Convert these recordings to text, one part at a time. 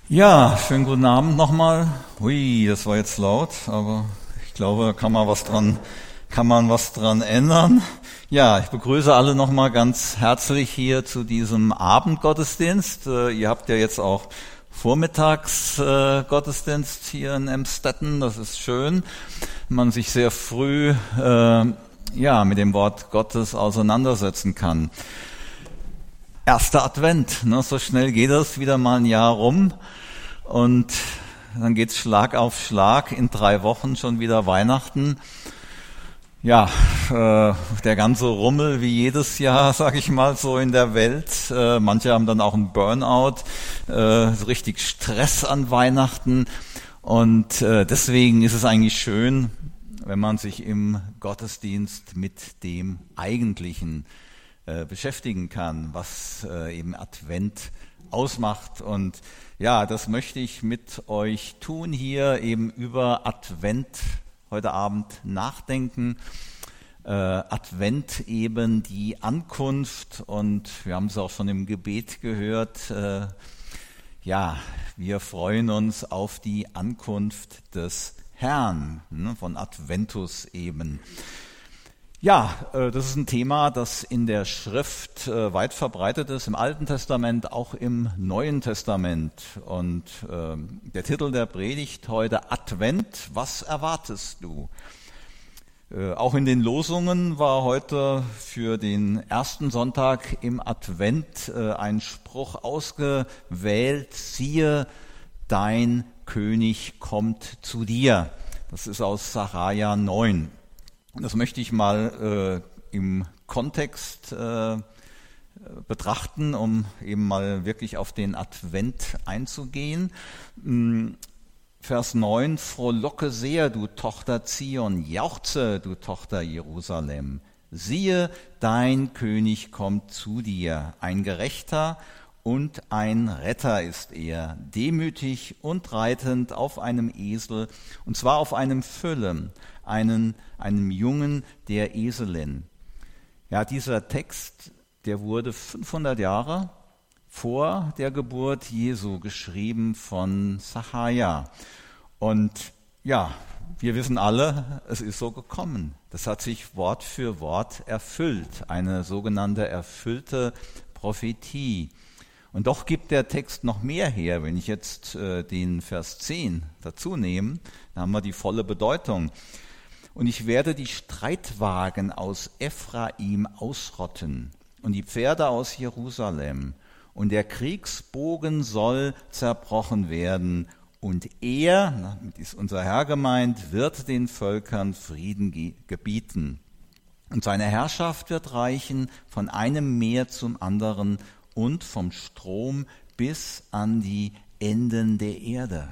Ja, schönen guten Abend nochmal. Hui, das war jetzt laut, aber ich glaube, kann man was dran ändern. Ja, ich begrüße alle nochmal ganz herzlich hier zu diesem Abendgottesdienst. Ihr habt ja jetzt auch Vormittagsgottesdienst hier in Emstetten. Das ist schön, wenn man sich sehr früh mit dem Wort Gottes auseinandersetzen kann. Erster Advent, ne? So schnell geht das, wieder mal ein Jahr rum und dann geht's Schlag auf Schlag, in 3 Wochen schon wieder Weihnachten. Ja, der ganze Rummel wie jedes Jahr, sag ich mal, so in der Welt. Manche haben dann auch einen Burnout, so richtig Stress an Weihnachten und deswegen ist es eigentlich schön, wenn man sich im Gottesdienst mit dem Eigentlichen beschäftigen kann, was eben Advent ausmacht. Und ja, das möchte ich mit euch tun, hier eben über Advent heute Abend nachdenken. Advent eben die Ankunft, und wir haben es auch schon im Gebet gehört, wir freuen uns auf die Ankunft des Herrn, von Adventus eben. Ja, das ist ein Thema, das in der Schrift weit verbreitet ist, im Alten Testament, auch im Neuen Testament. Und der Titel der Predigt heute: Advent, was erwartest du? Auch in den Losungen war heute für den ersten Sonntag im Advent ein Spruch ausgewählt: Siehe, dein König kommt zu dir. Das ist aus Sacharja 9. Das möchte ich mal im Kontext betrachten, um eben mal wirklich auf den Advent einzugehen. Vers 9: Frohlocke sehr, du Tochter Zion, jauchze, du Tochter Jerusalem. Siehe, dein König kommt zu dir, ein Gerechter und ein Retter ist er, demütig und reitend auf einem Esel, und zwar auf einem Füllen, einem Jungen der Eselin. Ja, dieser Text, der wurde 500 Jahre vor der Geburt Jesu geschrieben von Sacharja. Und ja, wir wissen alle, es ist so gekommen. Das hat sich Wort für Wort erfüllt, eine sogenannte erfüllte Prophetie. Und doch gibt der Text noch mehr her. Wenn ich jetzt den Vers 10 dazu nehme, dann haben wir die volle Bedeutung. Und ich werde die Streitwagen aus Ephraim ausrotten und die Pferde aus Jerusalem. Und der Kriegsbogen soll zerbrochen werden. Und er, damit ist unser Herr gemeint, wird den Völkern Frieden gebieten. Und seine Herrschaft wird reichen von einem Meer zum anderen und vom Strom bis an die Enden der Erde.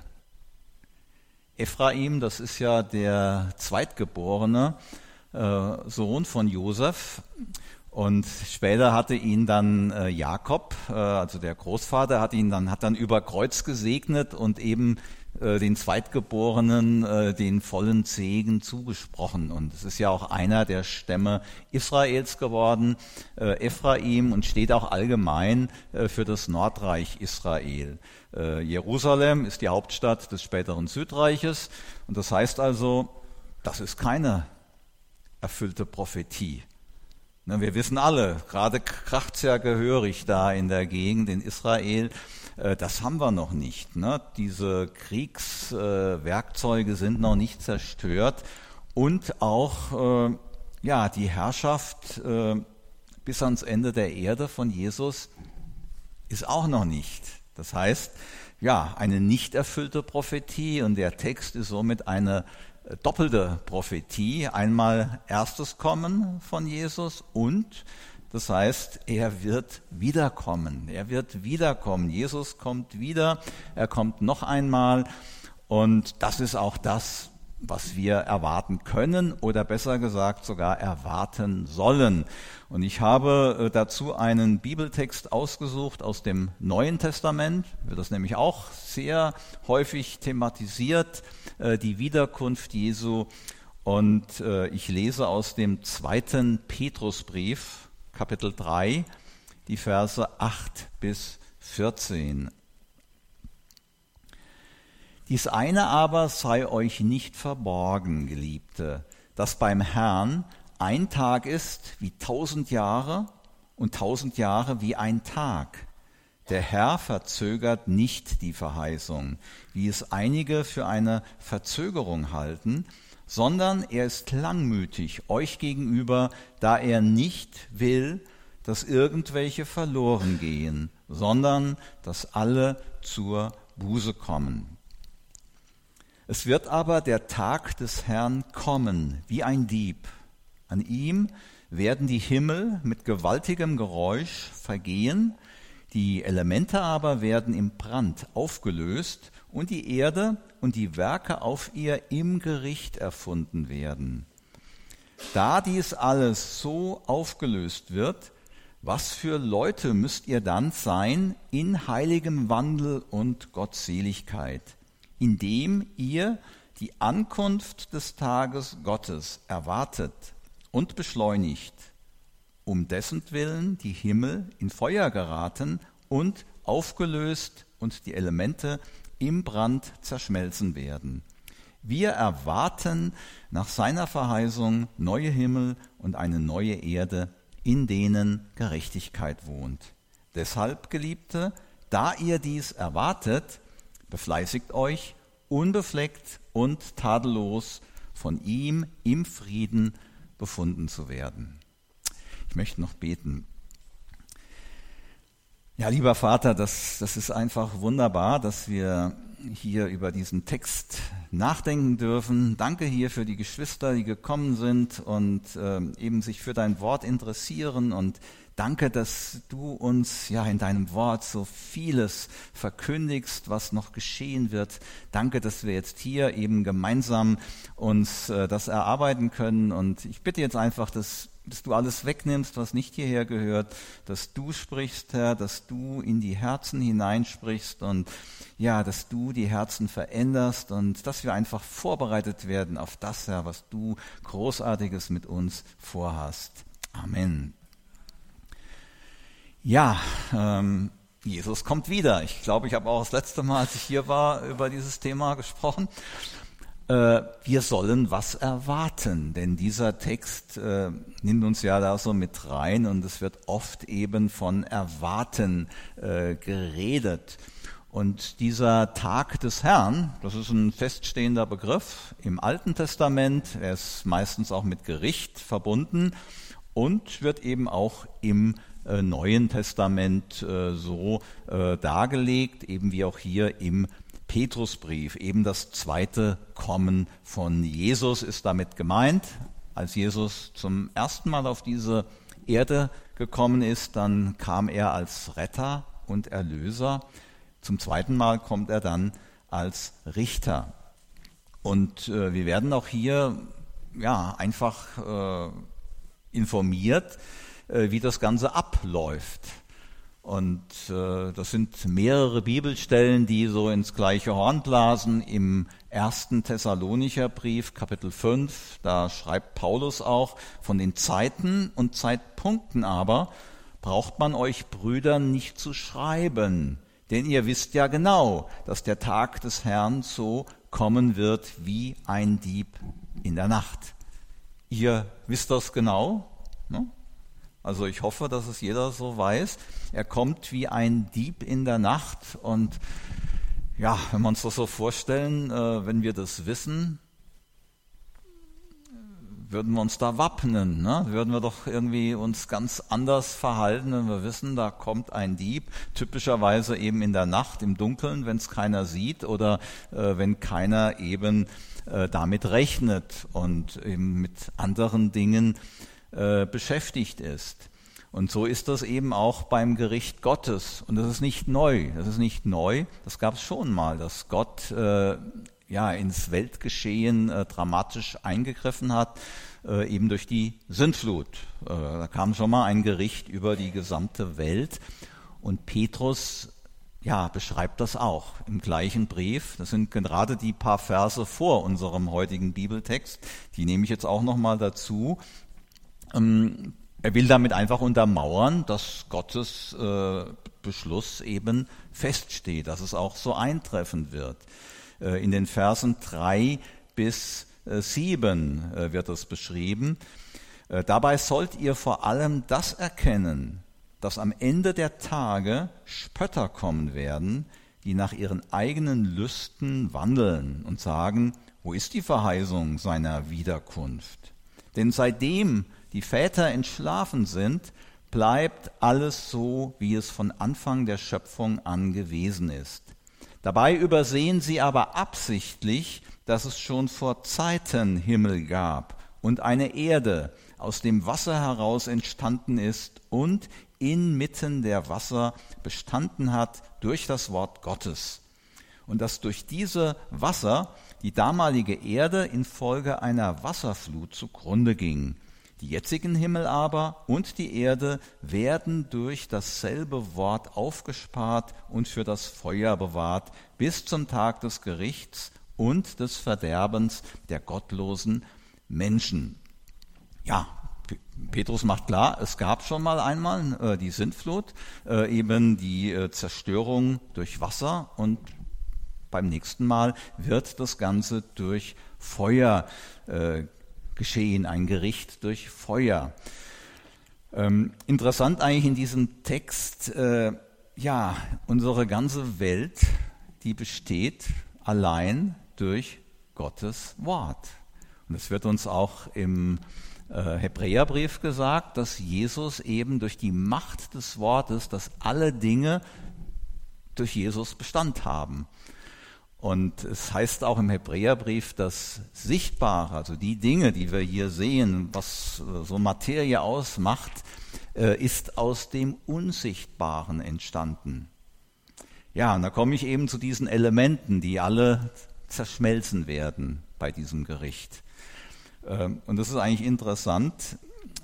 Ephraim, das ist ja der zweitgeborene Sohn von Josef, und später hatte ihn dann Jakob, also der Großvater, hat dann über Kreuz gesegnet und eben den Zweitgeborenen den vollen Segen zugesprochen. Und es ist ja auch einer der Stämme Israels geworden, Ephraim, und steht auch allgemein für das Nordreich Israel. Jerusalem ist die Hauptstadt des späteren Südreiches, und das heißt also, das ist keine erfüllte Prophetie. Wir wissen alle, gerade kracht's ja gehörig da in der Gegend in Israel, das haben wir noch nicht. Diese Kriegswerkzeuge sind noch nicht zerstört, und auch die Herrschaft bis ans Ende der Erde von Jesus ist auch noch nicht. Das heißt, eine nicht erfüllte Prophetie, und der Text ist somit eine doppelte Prophetie. Einmal erstes Kommen von Jesus, und das heißt, er wird wiederkommen. Er wird wiederkommen. Jesus kommt wieder. Er kommt noch einmal. Und das ist auch das, was wir erwarten können, oder besser gesagt sogar erwarten sollen. Und ich habe dazu einen Bibeltext ausgesucht aus dem Neuen Testament, wird das nämlich auch sehr häufig thematisiert, die Wiederkunft Jesu. Und ich lese aus dem 2. Petrusbrief, Kapitel 3, die Verse 8 bis 14. Dies eine aber sei euch nicht verborgen, Geliebte, dass beim Herrn ein Tag ist wie 1000 Jahre und 1000 Jahre wie ein Tag. Der Herr verzögert nicht die Verheißung, wie es einige für eine Verzögerung halten, sondern er ist langmütig euch gegenüber, da er nicht will, dass irgendwelche verloren gehen, sondern dass alle zur Buße kommen. Es wird aber der Tag des Herrn kommen, wie ein Dieb. An ihm werden die Himmel mit gewaltigem Geräusch vergehen, die Elemente aber werden im Brand aufgelöst und die Erde und die Werke auf ihr im Gericht erfunden werden. Da dies alles so aufgelöst wird, was für Leute müsst ihr dann sein in heiligem Wandel und Gottseligkeit, indem ihr die Ankunft des Tages Gottes erwartet und beschleunigt, um dessen Willen die Himmel in Feuer geraten und aufgelöst und die Elemente im Brand zerschmelzen werden. Wir erwarten nach seiner Verheißung neue Himmel und eine neue Erde, in denen Gerechtigkeit wohnt. Deshalb, Geliebte, da ihr dies erwartet, befleißigt euch, unbefleckt und tadellos von ihm im Frieden befunden zu werden. Ich möchte noch beten. Ja, lieber Vater, das ist einfach wunderbar, dass wir hier über diesen Text nachdenken dürfen. Danke hier für die Geschwister, die gekommen sind und eben sich für dein Wort interessieren, und danke, dass du uns ja in deinem Wort so vieles verkündigst, was noch geschehen wird. Danke, dass wir jetzt hier eben gemeinsam uns das erarbeiten können, und ich bitte jetzt einfach, dass du alles wegnimmst, was nicht hierher gehört, dass du sprichst, Herr, dass du in die Herzen hineinsprichst und ja, dass du die Herzen veränderst und dass wir einfach vorbereitet werden auf das, Herr, was du Großartiges mit uns vorhast. Amen. Ja, Jesus kommt wieder. Ich glaube, ich habe auch das letzte Mal, als ich hier war, über dieses Thema gesprochen. Wir sollen was erwarten, denn dieser Text nimmt uns ja da so mit rein, und es wird oft eben von Erwarten geredet. Und dieser Tag des Herrn, das ist ein feststehender Begriff im Alten Testament, er ist meistens auch mit Gericht verbunden und wird eben auch im Neuen Testament so dargelegt, eben wie auch hier im Petrusbrief. Eben das zweite Kommen von Jesus ist damit gemeint. Als Jesus zum ersten Mal auf diese Erde gekommen ist, dann kam er als Retter und Erlöser. Zum zweiten Mal kommt er dann als Richter. Und wir werden auch hier ja einfach informiert, wie das Ganze abläuft. Und das sind mehrere Bibelstellen, die so ins gleiche Horn blasen. Im 1. Thessalonicher Brief, Kapitel 5, da schreibt Paulus auch: Von den Zeiten und Zeitpunkten aber braucht man euch Brüdern nicht zu schreiben, denn ihr wisst ja genau, dass der Tag des Herrn so kommen wird wie ein Dieb in der Nacht. Ihr wisst das genau, ne? Also ich hoffe, dass es jeder so weiß. Er kommt wie ein Dieb in der Nacht. Und ja, wenn wir uns das so vorstellen, wenn wir das wissen, würden wir uns da wappnen, ne? Würden wir doch irgendwie uns ganz anders verhalten, wenn wir wissen, da kommt ein Dieb, typischerweise eben in der Nacht, im Dunkeln, wenn es keiner sieht oder wenn keiner eben damit rechnet und eben mit anderen Dingen beschäftigt ist. Und so ist das eben auch beim Gericht Gottes. Und das ist nicht neu. Das gab es schon mal, dass Gott ins Weltgeschehen dramatisch eingegriffen hat, eben durch die Sintflut. Da kam schon mal ein Gericht über die gesamte Welt. Und Petrus beschreibt das auch im gleichen Brief. Das sind gerade die paar Verse vor unserem heutigen Bibeltext. Die nehme ich jetzt auch noch mal dazu. Er will damit einfach untermauern, dass Gottes Beschluss eben feststeht, dass es auch so eintreffen wird. In den Versen 3 bis 7 wird es beschrieben. Dabei sollt ihr vor allem das erkennen, dass am Ende der Tage Spötter kommen werden, die nach ihren eigenen Lüsten wandeln und sagen, wo ist die Verheißung seiner Wiederkunft? Denn seitdem die Väter entschlafen sind, bleibt alles so, wie es von Anfang der Schöpfung an gewesen ist. Dabei übersehen sie aber absichtlich, dass es schon vor Zeiten Himmel gab und eine Erde aus dem Wasser heraus entstanden ist und inmitten der Wasser bestanden hat durch das Wort Gottes. Und dass durch diese Wasser die damalige Erde infolge einer Wasserflut zugrunde ging. Die jetzigen Himmel aber und die Erde werden durch dasselbe Wort aufgespart und für das Feuer bewahrt bis zum Tag des Gerichts und des Verderbens der gottlosen Menschen. Ja, Petrus macht klar, es gab schon mal einmal die Sintflut, eben die Zerstörung durch Wasser, und beim nächsten Mal wird das Ganze durch Feuer geschehen, ein Gericht durch Feuer. Interessant eigentlich in diesem Text, unsere ganze Welt, die besteht allein durch Gottes Wort. Und es wird uns auch im Hebräerbrief gesagt, dass Jesus eben durch die Macht des Wortes, dass alle Dinge durch Jesus Bestand haben. Und es heißt auch im Hebräerbrief, dass Sichtbare, also die Dinge, die wir hier sehen, was so Materie ausmacht, ist aus dem Unsichtbaren entstanden. Ja, und da komme ich eben zu diesen Elementen, die alle zerschmelzen werden bei diesem Gericht. Und das ist eigentlich interessant,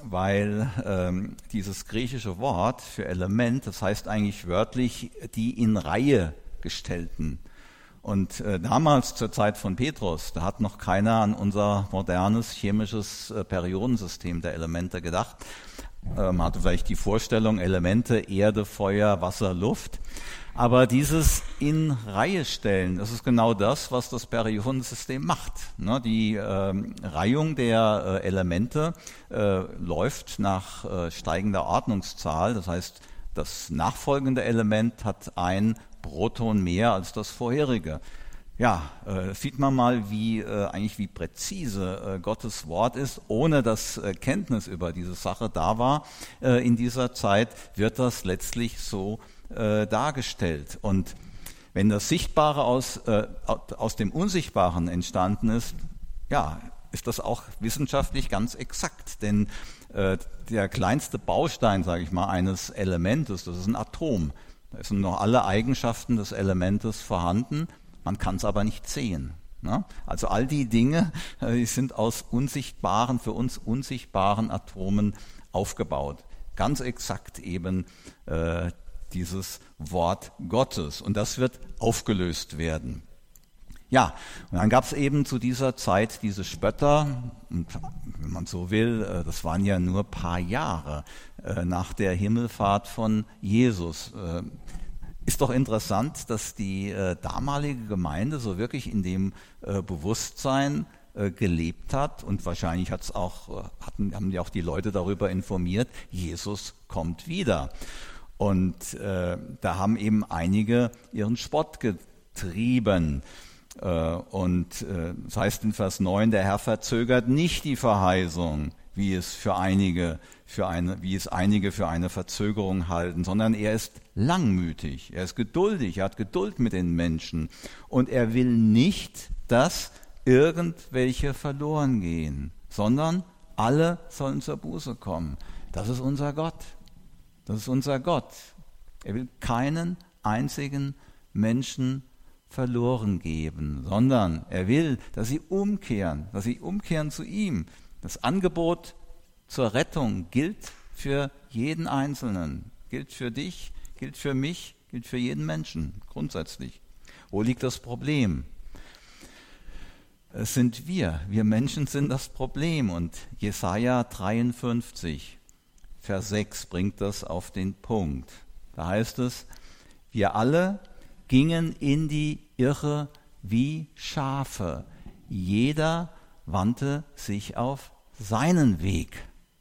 weil dieses griechische Wort für Element, das heißt eigentlich wörtlich die in Reihe gestellten. Und damals zur Zeit von Petrus, da hat noch keiner an unser modernes chemisches Periodensystem der Elemente gedacht. Man hatte vielleicht die Vorstellung, Elemente, Erde, Feuer, Wasser, Luft. Aber dieses in Reihe stellen, das ist genau das, was das Periodensystem macht. Die Reihung der Elemente läuft nach steigender Ordnungszahl. Das heißt, das nachfolgende Element hat ein Proton mehr als das vorherige. Ja, sieht man mal, wie präzise Gottes Wort ist. Ohne dass Kenntnis über diese Sache da war in dieser Zeit, wird das letztlich so dargestellt. Und wenn das Sichtbare aus dem Unsichtbaren entstanden ist, ja, ist das auch wissenschaftlich ganz exakt. Denn der kleinste Baustein, sage ich mal, eines Elementes, das ist ein Atom. Da sind noch alle Eigenschaften des Elementes vorhanden, man kann es aber nicht sehen. Ne? Also all die Dinge, die sind aus unsichtbaren, für uns unsichtbaren Atomen aufgebaut. Ganz exakt eben dieses Wort Gottes. Und das wird aufgelöst werden. Ja, und dann gab es eben zu dieser Zeit diese Spötter, und wenn man so will, das waren ja nur ein paar Jahre nach der Himmelfahrt von Jesus. Ist doch interessant, dass die damalige Gemeinde so wirklich in dem Bewusstsein gelebt hat, und wahrscheinlich haben die auch die Leute darüber informiert, Jesus kommt wieder. Und da haben eben einige ihren Spott getrieben. Und das heißt in Vers 9, der Herr verzögert nicht die Verheißung, wie es einige für eine Verzögerung halten, sondern er ist langmütig, er ist geduldig, er hat Geduld mit den Menschen, und er will nicht, dass irgendwelche verloren gehen, sondern alle sollen zur Buße kommen. Das ist unser Gott. Das ist unser Gott. Er will keinen einzigen Menschen verloren geben, sondern er will, dass sie umkehren zu ihm. Das Angebot zur Rettung gilt für jeden Einzelnen, gilt für dich, gilt für mich, gilt für jeden Menschen, grundsätzlich. Wo liegt das Problem? Es sind wir Menschen sind das Problem, und Jesaja 53, Vers 6 bringt das auf den Punkt. Da heißt es, wir alle gingen in die Irre wie Schafe. Jeder wandte sich auf seinen Weg.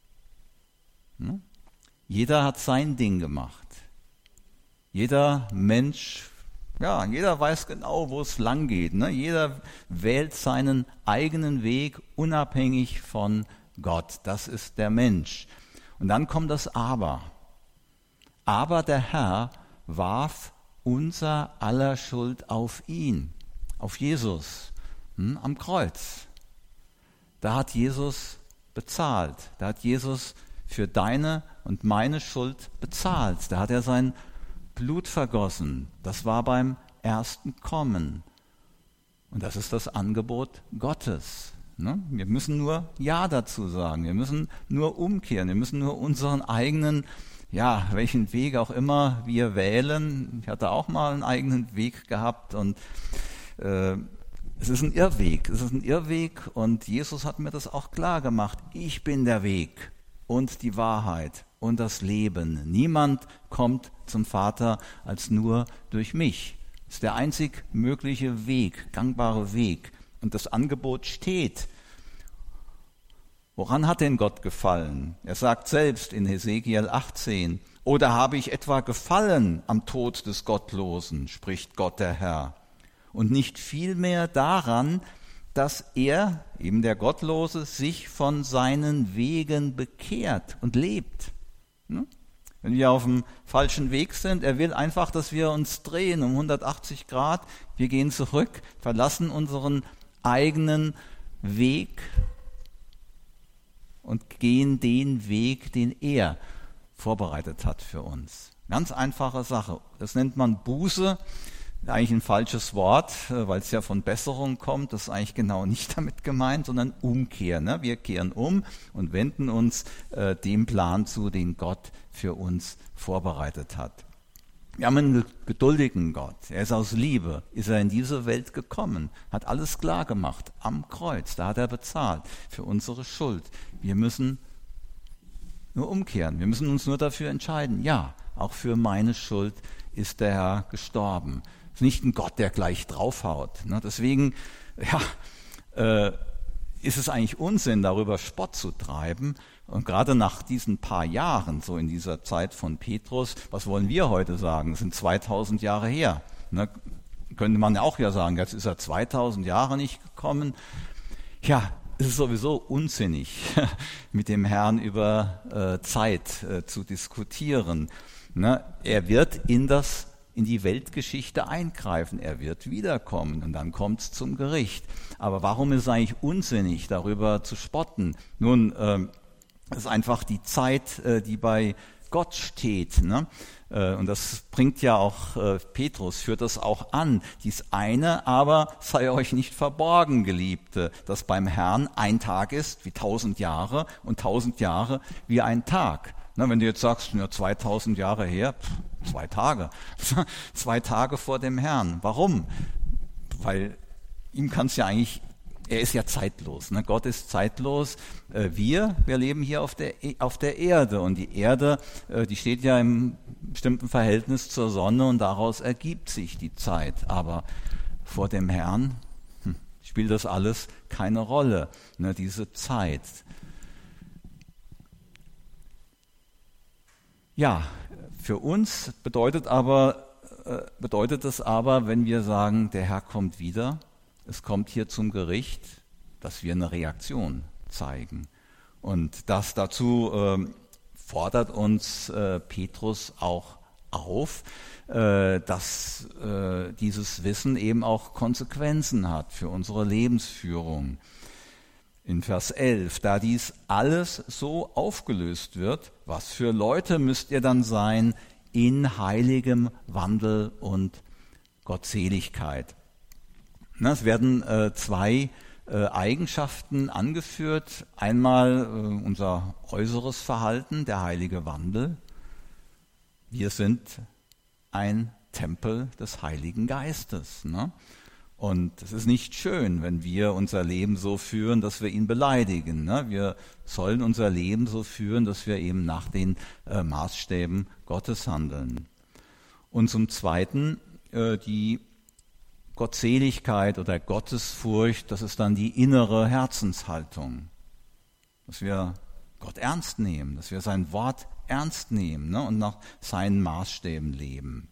Jeder hat sein Ding gemacht. Jeder Mensch, ja, jeder weiß genau, wo es lang geht. Jeder wählt seinen eigenen Weg unabhängig von Gott. Das ist der Mensch. Und dann kommt das Aber. Aber der Herr warf unser aller Schuld auf ihn, auf Jesus, am Kreuz. Da hat Jesus bezahlt. Da hat Jesus für deine und meine Schuld bezahlt. Da hat er sein Blut vergossen. Das war beim ersten Kommen. Und das ist das Angebot Gottes. Wir müssen nur Ja dazu sagen. Wir müssen nur umkehren. Wir müssen nur unseren eigenen, ja, welchen Weg auch immer wir wählen. Ich hatte auch mal einen eigenen Weg gehabt und es ist ein Irrweg. Es ist ein Irrweg und Jesus hat mir das auch klar gemacht. Ich bin der Weg und die Wahrheit und das Leben. Niemand kommt zum Vater als nur durch mich. Das ist der einzig mögliche Weg, gangbare Weg. Und das Angebot steht. Woran hat denn Gott gefallen? Er sagt selbst in Hesekiel 18, oder habe ich etwa gefallen am Tod des Gottlosen, spricht Gott der Herr, und nicht vielmehr daran, dass er, eben der Gottlose, sich von seinen Wegen bekehrt und lebt. Wenn wir auf dem falschen Weg sind, er will einfach, dass wir uns drehen um 180 Grad, wir gehen zurück, verlassen unseren eigenen Weg und gehen den Weg, den er vorbereitet hat für uns. Ganz einfache Sache. Das nennt man Buße. Eigentlich ein falsches Wort, weil es ja von Besserung kommt. Das ist eigentlich genau nicht damit gemeint, sondern Umkehr. Wir kehren um und wenden uns dem Plan zu, den Gott für uns vorbereitet hat. Wir haben einen geduldigen Gott. Er ist aus Liebe, ist er in diese Welt gekommen, hat alles klar gemacht am Kreuz. Da hat er bezahlt für unsere Schuld. Wir müssen nur umkehren. Wir müssen uns nur dafür entscheiden. Ja, auch für meine Schuld ist der Herr gestorben. Es ist nicht ein Gott, der gleich draufhaut. Deswegen ist es eigentlich Unsinn, darüber Spott zu treiben. Und gerade nach diesen paar Jahren, so in dieser Zeit von Petrus, was wollen wir heute sagen? Das sind 2000 Jahre her. Könnte man auch ja sagen, jetzt ist er 2000 Jahre nicht gekommen. Ja, es ist sowieso unsinnig, mit dem Herrn über Zeit zu diskutieren. Er wird in die Weltgeschichte eingreifen. Er wird wiederkommen und dann kommt es zum Gericht. Aber warum ist es eigentlich unsinnig, darüber zu spotten? Nun, es ist einfach die Zeit, die bei Gott steht. Und das bringt ja auch Petrus, führt das auch an. Dies eine aber sei euch nicht verborgen, Geliebte, dass beim Herrn ein Tag ist wie 1000 Jahre und 1000 Jahre wie ein Tag. Wenn du jetzt sagst, nur 2000 Jahre her, 2 Tage. 2 Tage vor dem Herrn. Warum? Weil ihm kann es ja eigentlich, er ist ja zeitlos. Gott ist zeitlos. Wir leben hier auf der Erde. Und die Erde, die steht ja im bestimmten Verhältnis zur Sonne und daraus ergibt sich die Zeit. Aber vor dem Herrn spielt das alles keine Rolle, diese Zeit. Ja, für uns bedeutet es aber, wenn wir sagen, der Herr kommt wieder, es kommt hier zum Gericht, dass wir eine Reaktion zeigen. Und dazu fordert uns Petrus auch auf, dass dieses Wissen eben auch Konsequenzen hat für unsere Lebensführung. In Vers 11, da dies alles so aufgelöst wird, was für Leute müsst ihr dann sein in heiligem Wandel und Gottseligkeit? Es werden 2 Eigenschaften angeführt. Einmal unser äußeres Verhalten, der heilige Wandel. Wir sind ein Tempel des Heiligen Geistes. Und es ist nicht schön, wenn wir unser Leben so führen, dass wir ihn beleidigen. Wir sollen unser Leben so führen, dass wir eben nach den Maßstäben Gottes handeln. Und zum Zweiten die Gottseligkeit oder Gottesfurcht, das ist dann die innere Herzenshaltung, dass wir Gott ernst nehmen, dass wir sein Wort ernst nehmen, ne, und nach seinen Maßstäben leben.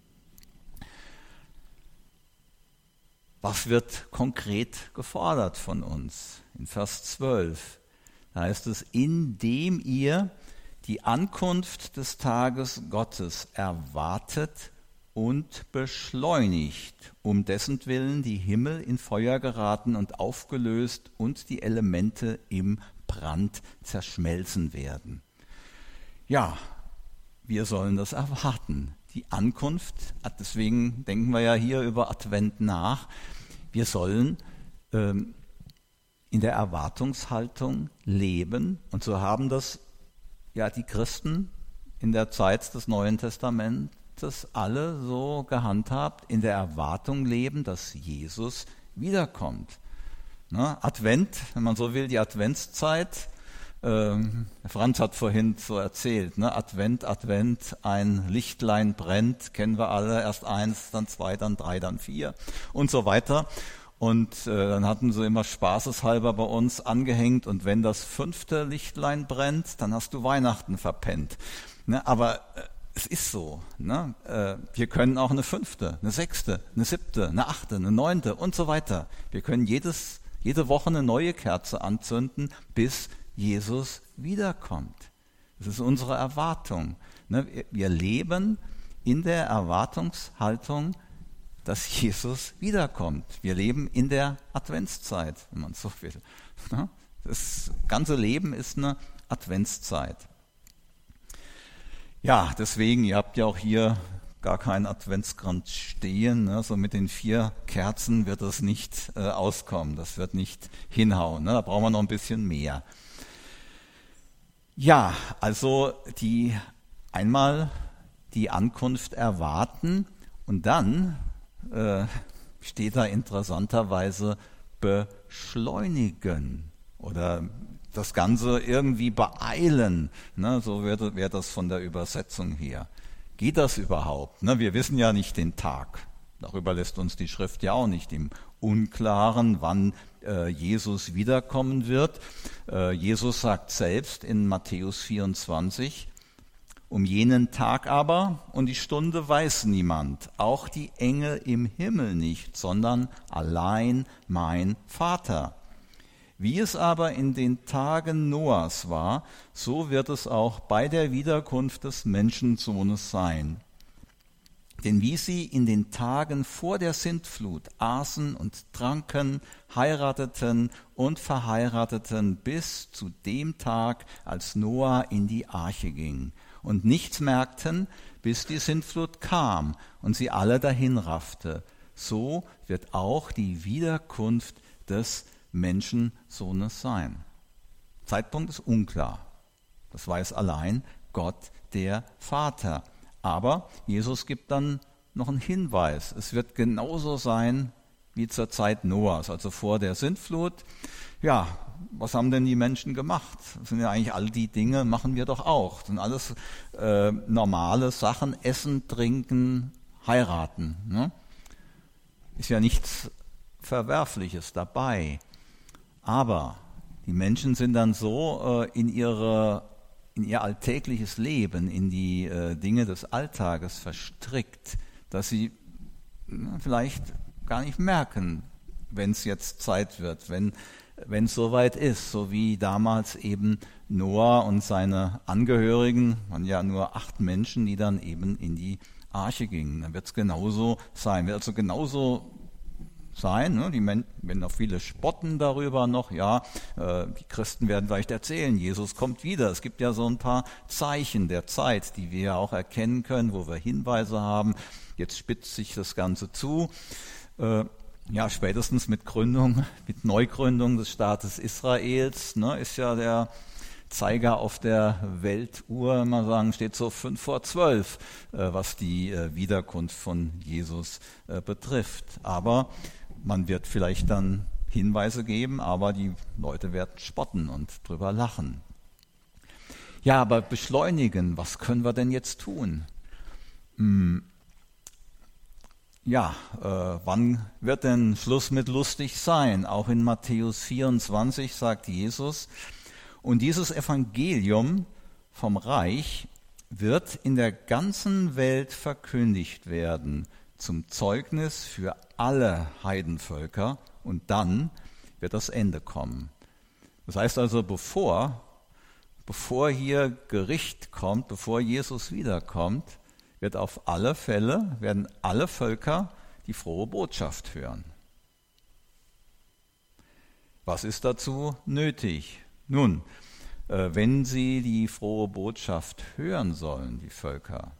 Was wird konkret gefordert von uns? In Vers 12, da heißt es, indem ihr die Ankunft des Tages Gottes erwartet und beschleunigt, um dessen Willen die Himmel in Feuer geraten und aufgelöst und die Elemente im Brand zerschmelzen werden. Ja, wir sollen das erwarten. Die Ankunft, deswegen denken wir ja hier über Advent nach, wir sollen in der Erwartungshaltung leben, und so haben das ja die Christen in der Zeit des Neuen Testamentes alle so gehandhabt, in der Erwartung leben, dass Jesus wiederkommt. Ne? Advent, wenn man so will, die Adventszeit, Franz hat vorhin so erzählt, ne? Advent, Advent, ein Lichtlein brennt, kennen wir alle, erst 1, dann 2, dann 3, dann 4 und so weiter. Und dann hatten sie immer spaßeshalber bei uns angehängt, und wenn das 5. Lichtlein brennt, dann hast du Weihnachten verpennt. Ne? Aber es ist so. Ne? Wir können auch eine 5., eine 6., eine 7., eine 8., eine 9. und so weiter. Wir können jede Woche eine neue Kerze anzünden, bis Jesus wiederkommt. Das ist unsere Erwartung. Ne? Wir leben in der Erwartungshaltung, dass Jesus wiederkommt. Wir leben in der Adventszeit, wenn man so will. Ne? Das ganze Leben ist eine Adventszeit. Ja, deswegen, ihr habt ja auch hier gar keinen Adventskranz stehen. Ne? So mit den 4 Kerzen wird das nicht auskommen. Das wird nicht hinhauen. Ne? Da brauchen wir noch ein bisschen mehr. Ja, also einmal die Ankunft erwarten, und dann steht da interessanterweise beschleunigen oder das Ganze irgendwie beeilen. Ne? So wäre das von der Übersetzung her. Geht das überhaupt? Ne? Wir wissen ja nicht den Tag. Darüber lässt uns die Schrift ja auch nicht im Unklaren, wann Jesus wiederkommen wird. Jesus sagt selbst in Matthäus 24, um jenen Tag aber und die Stunde weiß niemand, auch die Engel im Himmel nicht, sondern allein mein Vater. Wie es aber in den Tagen Noahs war, so wird es auch bei der Wiederkunft des Menschensohnes sein. Denn wie sie in den Tagen vor der Sintflut aßen und tranken, heirateten und verheirateten bis zu dem Tag, als Noah in die Arche ging, und nichts merkten, bis die Sintflut kam und sie alle dahinraffte, so wird auch die Wiederkunft des Menschensohnes sein. Zeitpunkt ist unklar. Das weiß allein Gott, der Vater. Aber Jesus gibt dann noch einen Hinweis. Es wird genauso sein wie zur Zeit Noahs, also vor der Sintflut. Ja, was haben denn die Menschen gemacht? Das sind ja eigentlich all die Dinge, machen wir doch auch. Das sind alles normale Sachen, essen, trinken, heiraten. Ne? Ist ja nichts Verwerfliches dabei. Aber die Menschen sind dann so in ihr alltägliches Leben, in die Dinge des Alltages verstrickt, dass sie vielleicht gar nicht merken, wenn es jetzt Zeit wird, wenn es soweit ist, so wie damals eben Noah und seine Angehörigen, waren ja nur 8 Menschen, die dann eben in die Arche gingen. Dann wird es genauso sein, wird also genauso sein. Ne? Die werden auch viele spotten darüber noch. Ja, die Christen werden vielleicht erzählen, Jesus kommt wieder. Es gibt ja so ein paar Zeichen der Zeit, die wir ja auch erkennen können, wo wir Hinweise haben. Jetzt spitzt sich das Ganze zu. Ja, spätestens mit Neugründung des Staates Israels, ne, ist ja der Zeiger auf der Weltuhr, mal sagen, steht so 11:55, was die Wiederkunft von Jesus betrifft. Aber man wird vielleicht dann Hinweise geben, aber die Leute werden spotten und drüber lachen. Ja, aber beschleunigen, was können wir denn jetzt tun? wann wird denn Schluss mit lustig sein? Auch in Matthäus 24 sagt Jesus, und dieses Evangelium vom Reich wird in der ganzen Welt verkündigt werden, zum Zeugnis für alle Heidenvölker, und dann wird das Ende kommen. Das heißt also, bevor hier Gericht kommt, bevor Jesus wiederkommt, werden alle Völker die frohe Botschaft hören. Was ist dazu nötig? Nun, wenn sie die frohe Botschaft hören sollen, die Völker,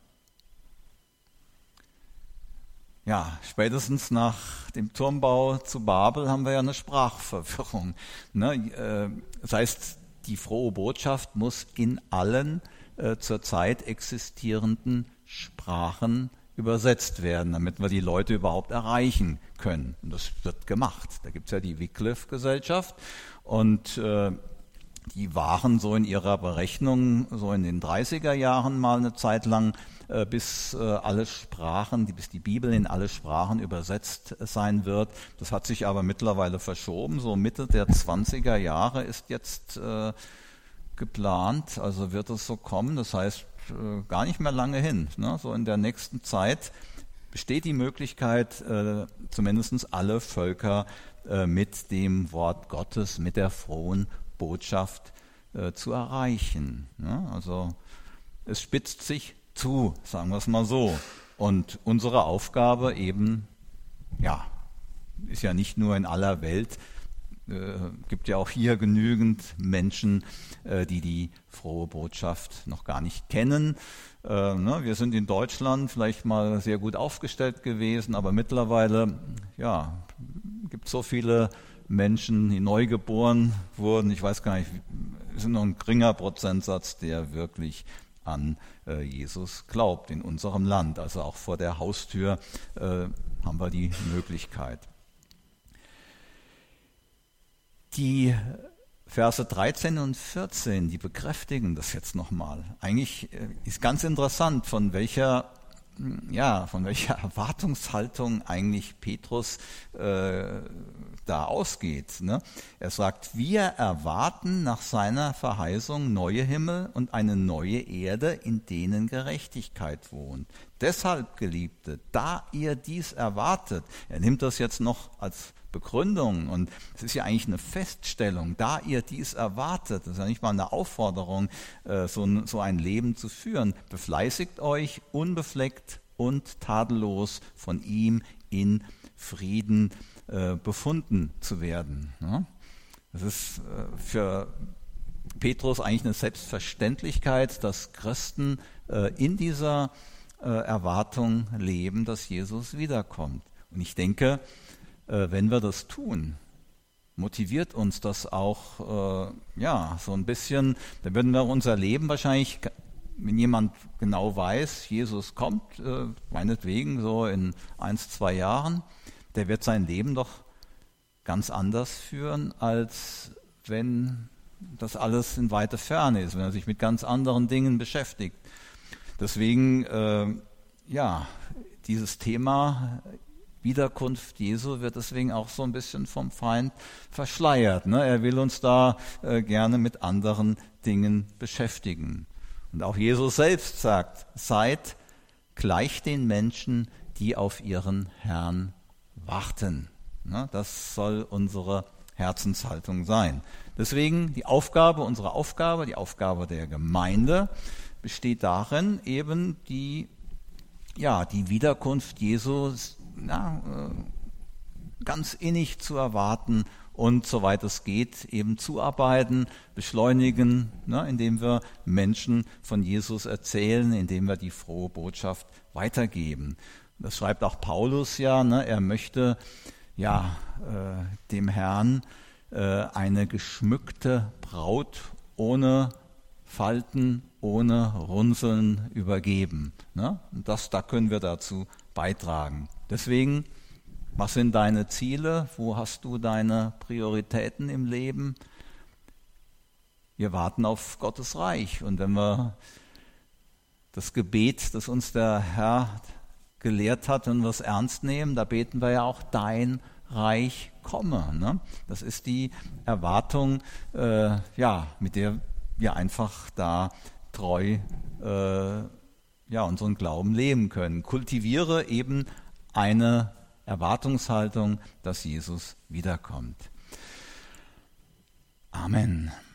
spätestens nach dem Turmbau zu Babel haben wir ja eine Sprachverwirrung. Das heißt, die frohe Botschaft muss in allen zurzeit existierenden Sprachen übersetzt werden, damit wir die Leute überhaupt erreichen können. Und das wird gemacht. Da gibt es ja die Wycliffe-Gesellschaft und die waren so in ihrer Berechnung so in den 30er Jahren mal eine Zeit lang, bis die Bibel in alle Sprachen übersetzt sein wird. Das hat sich aber mittlerweile verschoben. So Mitte der 20er Jahre ist jetzt geplant, also wird es so kommen. Das heißt, gar nicht mehr lange hin. So in der nächsten Zeit besteht die Möglichkeit, zumindest alle Völker mit dem Wort Gottes, mit der frohen Botschaft zu erreichen. Also es spitzt sich zu, sagen wir es mal so. Und unsere Aufgabe eben, ist ja nicht nur in aller Welt, gibt ja auch hier genügend Menschen, die die frohe Botschaft noch gar nicht kennen. Wir sind in Deutschland vielleicht mal sehr gut aufgestellt gewesen, aber mittlerweile gibt es so viele Menschen, die neu geboren wurden. Ich weiß gar nicht, es ist noch ein geringer Prozentsatz, der wirklich an Jesus glaubt in unserem Land. Also auch vor der Haustür haben wir die Möglichkeit. Die Verse 13 und 14, die bekräftigen das jetzt nochmal. Eigentlich ist ganz interessant, von welcher Erwartungshaltung eigentlich Petrus da ausgeht. Er sagt, wir erwarten nach seiner Verheißung neue Himmel und eine neue Erde, in denen Gerechtigkeit wohnt. Deshalb, Geliebte, da ihr dies erwartet, er nimmt das jetzt noch als Begründung, und es ist ja eigentlich eine Feststellung, da ihr dies erwartet, das ist ja nicht mal eine Aufforderung, so ein Leben zu führen, befleißigt euch, unbefleckt und tadellos von ihm in Frieden befunden zu werden. Das ist für Petrus eigentlich eine Selbstverständlichkeit, dass Christen in dieser Erwartung leben, dass Jesus wiederkommt. Und ich denke, wenn wir das tun, motiviert uns das auch so ein bisschen, dann würden wir unser Leben wahrscheinlich, wenn jemand genau weiß, Jesus kommt, meinetwegen so in 1-2 Jahren, der wird sein Leben doch ganz anders führen, als wenn das alles in weiter Ferne ist, wenn er sich mit ganz anderen Dingen beschäftigt. Deswegen, dieses Thema Wiederkunft Jesu wird deswegen auch so ein bisschen vom Feind verschleiert. Er will uns da gerne mit anderen Dingen beschäftigen. Und auch Jesus selbst sagt, seid gleich den Menschen, die auf ihren Herrn warten. Das soll unsere Herzenshaltung sein. Deswegen die Aufgabe der Gemeinde besteht darin, eben die Wiederkunft Jesu ganz innig zu erwarten und soweit es geht eben zuarbeiten, beschleunigen, indem wir Menschen von Jesus erzählen, indem wir die frohe Botschaft weitergeben. Das schreibt auch Paulus er möchte dem Herrn eine geschmückte Braut ohne Falten, ohne Runzeln übergeben. Und da können wir dazu beitragen. Deswegen, was sind deine Ziele? Wo hast du deine Prioritäten im Leben? Wir warten auf Gottes Reich. Und wenn wir das Gebet, das uns der Herr gelehrt hat und wir es ernst nehmen, da beten wir ja auch dein Reich komme. Ne? Das ist die Erwartung, mit der wir einfach da treu unseren Glauben leben können. Kultiviere eben eine Erwartungshaltung, dass Jesus wiederkommt. Amen.